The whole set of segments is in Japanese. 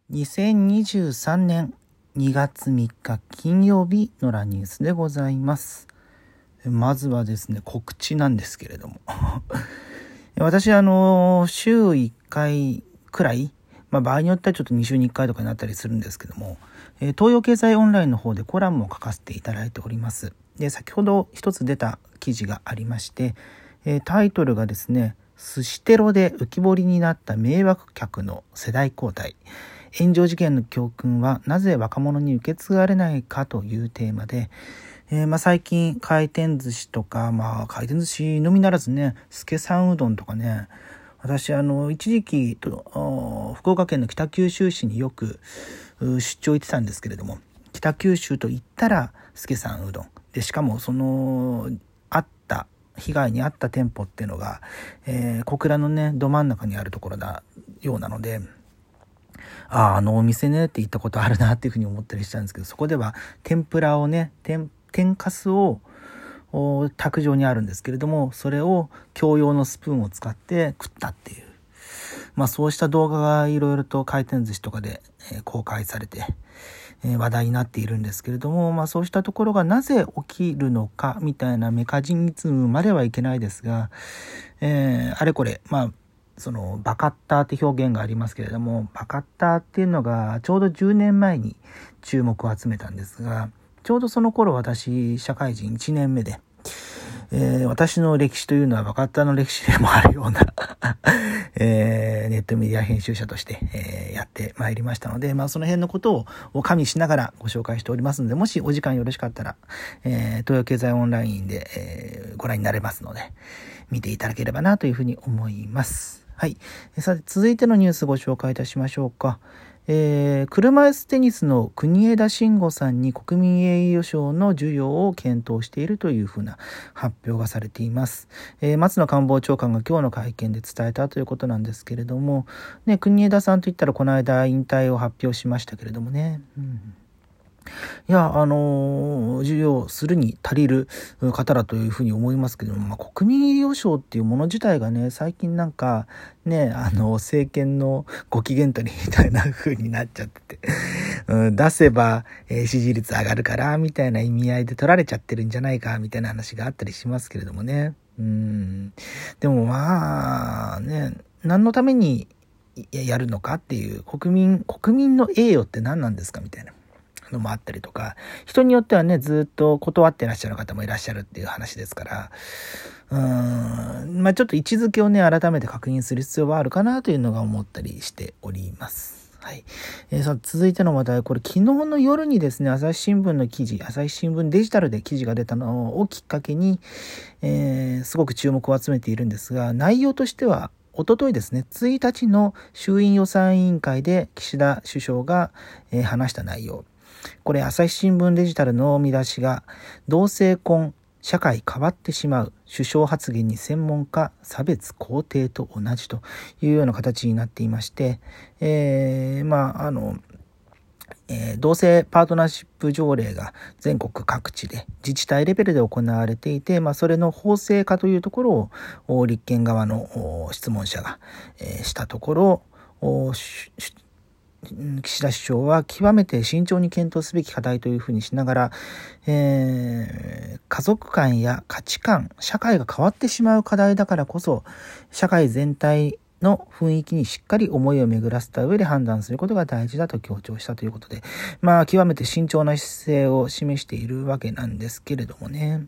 2023年2月3日金曜日のラニュースでございます。まずはですね、告知なんですけれども私週1回くらい、場合によってはちょっと2週に1回とかになったりするんですけども、東洋経済オンラインの方でコラムを書かせていただいております。で、先ほど一つ出た記事がありまして、タイトルがですね、寿司テロで浮き彫りになった迷惑客の世代交代、炎上事件の教訓はなぜ若者に受け継がれないかというテーマで、最近回転寿司とか、回転寿司のみならずね、助さんうどんとかね、私一時期福岡県の北九州市によく出張行ってたんですけれども、北九州と言ったら助さんうどんで、しかもその被害に遭った店舗っていうのが、小倉のねど真ん中にあるところだようなので、あのお店ねって行ったことあるなっていうふうに思ったりしたんですけど、そこでは天ぷらをね、天かすを卓上にあるんですけれども、それを共用のスプーンを使って食ったっていう、そうした動画がいろいろと回転寿司とかで、公開されて、話題になっているんですけれども、そうしたところがなぜ起きるのかみたいなメカニズムまではいけないですが、あれこれそのバカッターって表現がありますけれども、バカッターっていうのがちょうど10年前に注目を集めたんですが、ちょうどその頃私社会人1年目で、私の歴史というのはバカッターの歴史でもあるようなネットメディア編集者として、やってまいりましたので、その辺のことを加味しながらご紹介しておりますので、もしお時間よろしかったら、東洋経済オンラインで、ご覧になれますので、見ていただければなというふうに思います。はい。さて、続いてのニュースご紹介いたしましょうか。車椅子テニスの国枝慎吾さんに国民栄誉賞の授与を検討しているというふうな発表がされています。松野官房長官が今日の会見で伝えたということなんですけれども、ね、国枝さんといったらこの間引退を発表しましたけれどもね。いや、授与するに足りる方だというふうに思いますけども、国民栄誉賞っていうもの自体がね、最近なんかね、政権のご機嫌取りみたいな風になっちゃってて、出せば、支持率上がるからみたいな意味合いで取られちゃってるんじゃないかみたいな話があったりしますけれどもね。でもね、何のためにやるのかっていう、国民の栄誉って何なんですかみたいなのもあったりとか、人によってはね、ずっと断ってらっしゃる方もいらっしゃるっていう話ですから、ちょっと位置づけをね、改めて確認する必要はあるかなというのが思ったりしております。はい。続いての話題、これ昨日の夜にですね、朝日新聞の記事、朝日新聞デジタルで記事が出たのをきっかけに、すごく注目を集めているんですが、内容としては、おとといですね、1日の衆院予算委員会で岸田首相が、話した内容。これ朝日新聞デジタルの見出しが、同性婚社会変わってしまう、首相発言に専門家差別肯定と同じというような形になっていまして、同性パートナーシップ条例が全国各地で自治体レベルで行われていて、それの法制化というところを立憲側の質問者がしたところ、岸田首相は極めて慎重に検討すべき課題というふうにしながら、家族観や価値観、社会が変わってしまう課題だからこそ、社会全体の雰囲気にしっかり思いを巡らせた上で判断することが大事だと強調したということで、極めて慎重な姿勢を示しているわけなんですけれどもね。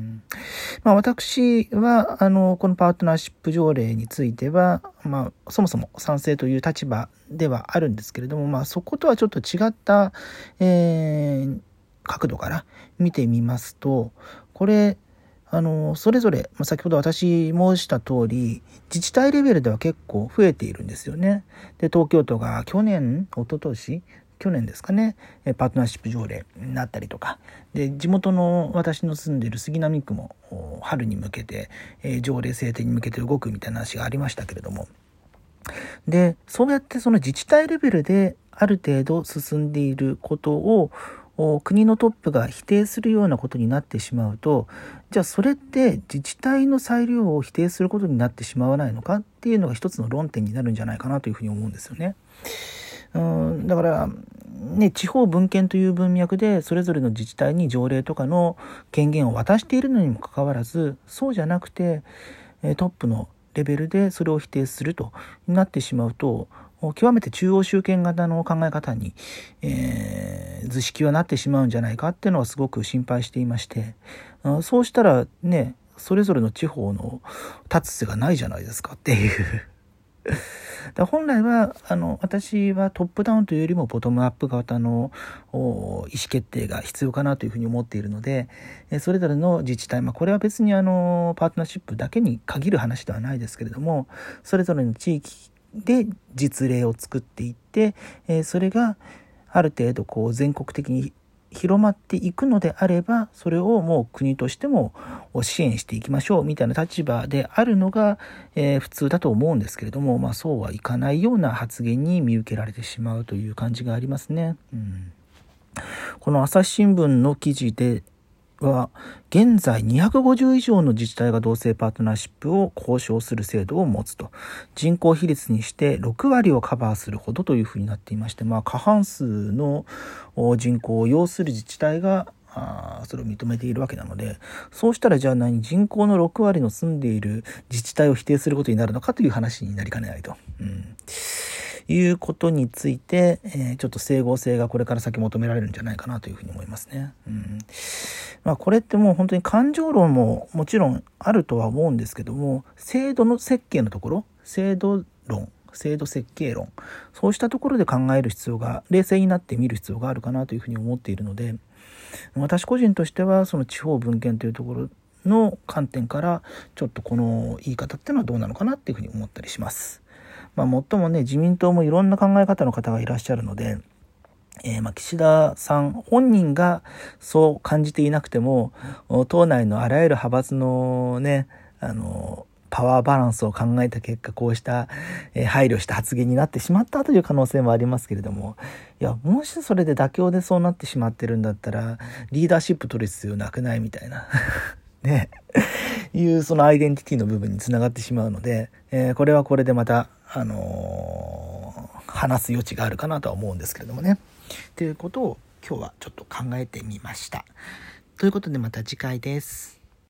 私はこのパートナーシップ条例については、そもそも賛成という立場ではあるんですけれども、そことはちょっと違った、角度から見てみますと、これそれぞれ、先ほど私申した通り、自治体レベルでは結構増えているんですよね。で、東京都が去年ですかね、パートナーシップ条例になったりとか、で、地元の私の住んでいる杉並区も春に向けて、条例制定に向けて動くみたいな話がありましたけれども、で、そうやってその自治体レベルである程度進んでいることを国のトップが否定するようなことになってしまうと、じゃあそれって自治体の裁量を否定することになってしまわないのかっていうのが一つの論点になるんじゃないかなというふうに思うんですよね。 だからね、地方分権という文脈でそれぞれの自治体に条例とかの権限を渡しているのにもかかわらず、そうじゃなくてトップのレベルでそれを否定するとなってしまうと、極めて中央集権型の考え方に、図式はなってしまうんじゃないかっていうのはすごく心配していまして、そうしたらね、それぞれの地方の立つ瀬がないじゃないですかっていうだ本来は私はトップダウンというよりもボトムアップ型の意思決定が必要かなというふうに思っているので、それぞれの自治体、これは別にパートナーシップだけに限る話ではないですけれども、それぞれの地域で実例を作っていって、それがある程度全国的に広まっていくのであれば、それをもう国としても支援していきましょうみたいな立場であるのが、普通だと思うんですけれども、そうはいかないような発言に見受けられてしまうという感じがありますね。この朝日新聞の記事では、現在250以上の自治体が同性パートナーシップを交渉する制度を持つと、人口比率にして6割をカバーするほどというふうになっていまして、過半数の人口を要する自治体がそれを認めているわけなので、そうしたらじゃあ人口の6割の住んでいる自治体を否定することになるのかという話になりかねないと、いうことについて、ちょっと整合性がこれから先求められるんじゃないかなというふうに思いますね。これってもう本当に感情論ももちろんあるとは思うんですけども、制度の設計のところ、制度設計論、そうしたところで考える必要が、冷静になって見る必要があるかなというふうに思っているので、私個人としてはその地方分権というところの観点からちょっとこの言い方っていうのはどうなのかなっていうふうに思ったりします。もっともね、自民党もいろんな考え方の方がいらっしゃるので、岸田さん本人がそう感じていなくても、党内のあらゆる派閥のね、パワーバランスを考えた結果、こうした配慮した発言になってしまったという可能性もありますけれども、もしそれで妥協でそうなってしまってるんだったら、リーダーシップ取る必要なくないみたいなね、いうそのアイデンティティの部分につながってしまうので、これはこれでまた話す余地があるかなとは思うんですけれどもね。ということを今日はちょっと考えてみました。ということでまた次回です。